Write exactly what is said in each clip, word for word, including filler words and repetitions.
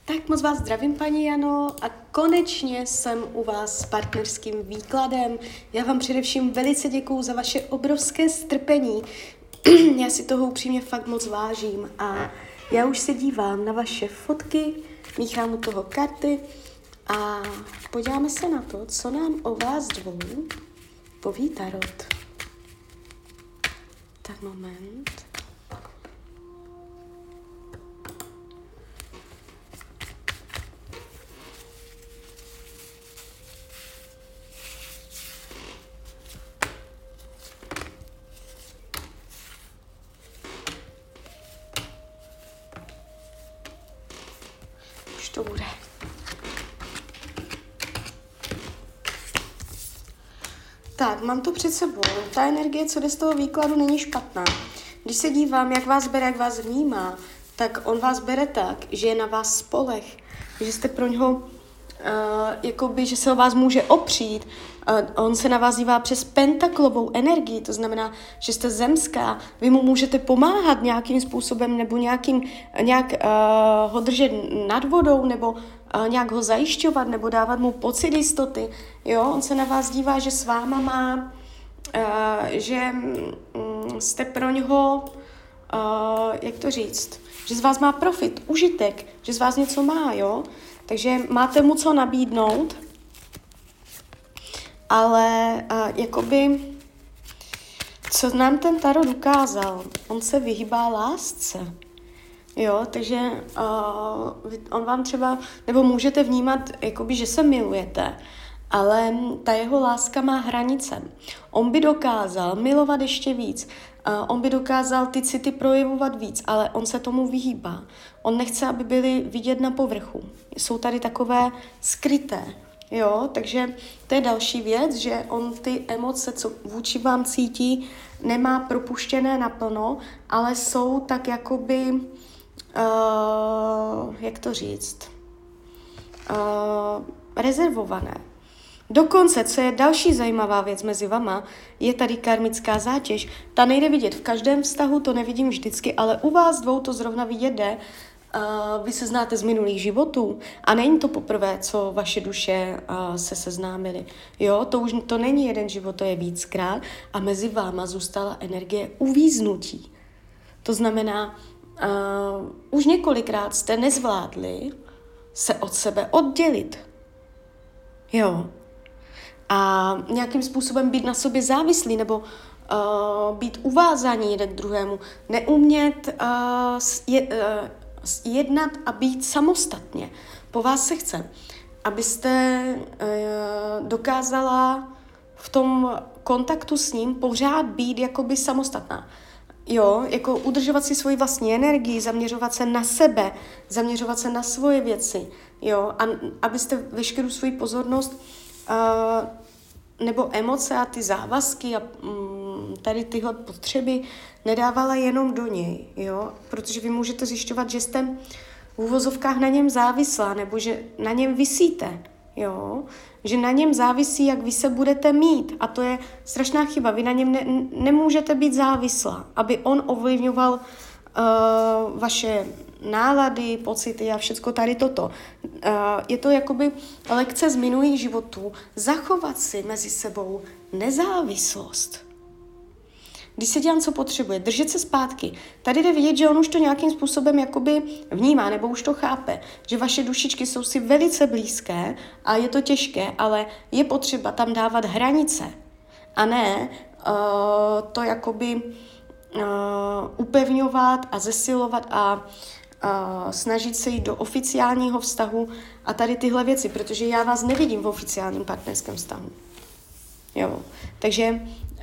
Tak moc vás zdravím, paní Jano, a konečně jsem u vás s partnerským výkladem. Já vám především velice děkuju za vaše obrovské strpení. Já si toho upřímně fakt moc vážím a já už se dívám na vaše fotky, míchám u toho karty a podíváme se na to, co nám o vás dvou poví tarot. Tak moment. Už to bude. Tak, mám to před sebou. Ta energie, co jde z toho výkladu, není špatná. Když se dívám, jak vás bere, jak vás vnímá, tak on vás bere tak, že je na vás spolech, že jste pro něho, uh, jakoby, že se o vás může opřít. Uh, on se na vás dívá přes pentaklovou energii, to znamená, že jste zemská, vy mu můžete pomáhat nějakým způsobem nebo nějakým, nějak uh, ho držet nad vodou nebo uh, nějak ho zajišťovat nebo dávat mu pocit jistoty. Jo? On se na vás dívá, že s váma má, uh, že um, jste pro něho, uh, jak to říct, že z vás má profit, užitek, že z vás něco má, jo? Takže máte mu co nabídnout, ale uh, jakoby, co nám ten tarot ukázal, on se vyhýbá lásce, jo, takže uh, on vám třeba, nebo můžete vnímat, jakoby, že se milujete, ale ta jeho láska má hranice. On by dokázal milovat ještě víc, uh, on by dokázal ty city projevovat víc, ale on se tomu vyhýbá. On nechce, aby byly vidět na povrchu. Jsou tady takové skryté. Jo, takže to je další věc, že on ty emoce, co vůči vám cítí, nemá propuštěné naplno, ale jsou tak jakoby, uh, jak to říct, uh, rezervované. Dokonce, co je další zajímavá věc mezi vama, je tady karmická zátěž. Ta nejde vidět v každém vztahu, to nevidím vždycky, ale u vás dvou to zrovna vidět jde. Uh, vy se znáte z minulých životů a není to poprvé, co vaše duše uh, se seznámily. Jo, to už to není jeden život, to je víckrát a mezi váma zůstala energie uvíznutí. To znamená, uh, už několikrát jste nezvládli se od sebe oddělit. Jo. A nějakým způsobem být na sobě závislí nebo uh, být uvázaní jeden k druhému. Neumět uh, je, uh, jednat a být samostatně. Po vás se chce, abyste uh, dokázala v tom kontaktu s ním pořád být jakoby samostatná. Jo, jako udržovat si svoji vlastní energii, zaměřovat se na sebe, zaměřovat se na svoje věci, jo, a abyste veškerou svoji pozornost uh, nebo emoce a ty závazky a um, tady tyhle potřeby nedávala jenom do něj, jo, protože vy můžete zjišťovat, že jste v uvozovkách na něm závislá, nebo že na něm visíte, jo, že na něm závisí, jak vy se budete mít a to je strašná chyba, vy na něm ne, nemůžete být závislá, aby on ovlivňoval uh, vaše nálady, pocity a všecko tady toto. Uh, je to jakoby lekce z minulých životů, zachovat si mezi sebou nezávislost. Když se dělám, co potřebuje, držet se zpátky. Tady jde vidět, že on už to nějakým způsobem jakoby vnímá, nebo už to chápe, že vaše dušičky jsou si velice blízké a je to těžké, ale je potřeba tam dávat hranice. A ne uh, to jakoby uh, upevňovat a zesilovat a uh, snažit se jít do oficiálního vztahu a tady tyhle věci, protože já vás nevidím v oficiálním partnerském vztahu. Jo, takže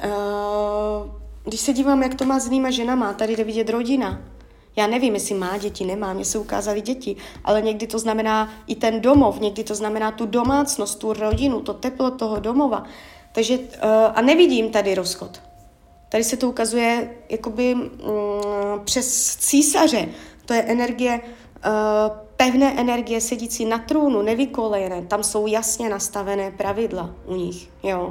uh, když se dívám, jak to má s jinýma ženama, tady jde vidět rodina. Já nevím, jestli má děti, nemá, mně se ukázaly děti, ale někdy to znamená i ten domov, někdy to znamená tu domácnost, tu rodinu, to teplo toho domova. Takže, uh, a nevidím tady rozchod. Tady se to ukazuje jakoby um, přes císaře. To je energie, uh, pevné energie sedící na trůnu, nevykolejené. Tam jsou jasně nastavené pravidla u nich, jo.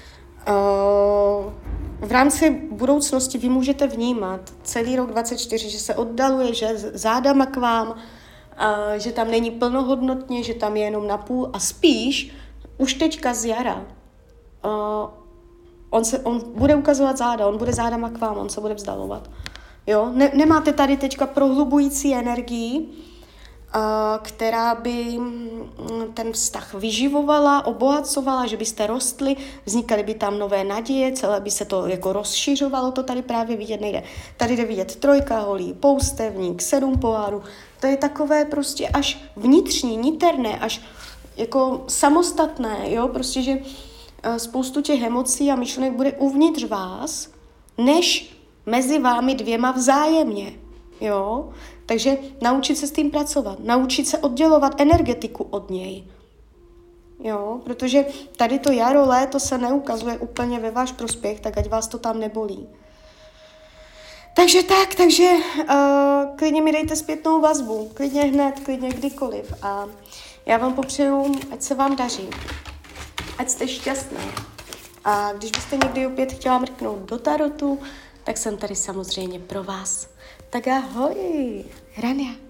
Uh, v rámci budoucnosti vy můžete vnímat celý rok dvacet čtyři, že se oddaluje, že zádama k vám, uh, že tam není plnohodnotně, že tam je jenom na půl a spíš už teďka z jara uh, on, se, on bude ukazovat záda, on bude zádama k vám, on se bude vzdalovat. Jo? Ne, nemáte tady teďka prohlubující energii, která by ten vztah vyživovala, obohacovala, že byste rostli, vznikaly by tam nové naděje, celé by se to jako rozšiřovalo, to tady právě vidět nejde. Tady jde vidět trojka holí, poustevník, sedm pohárů, to je takové prostě až vnitřní, niterné, až jako samostatné, jo, prostě, že spoustu těch emocí a myšlenek bude uvnitř vás, než mezi vámi dvěma vzájemně, jo. Takže naučit se s tím pracovat, naučit se oddělovat energetiku od něj. Jo, protože tady to jaro, léto se neukazuje úplně ve váš prospěch, tak ať vás to tam nebolí. Takže tak, takže uh, klidně mi dejte zpětnou vazbu, klidně hned, klidně kdykoliv. A já vám popřeju, ať se vám daří, ať jste šťastné. A když byste někdy opět chtěla mrknout do tarotu, tak jsem tady samozřejmě pro vás. Tak ahoj, Rania.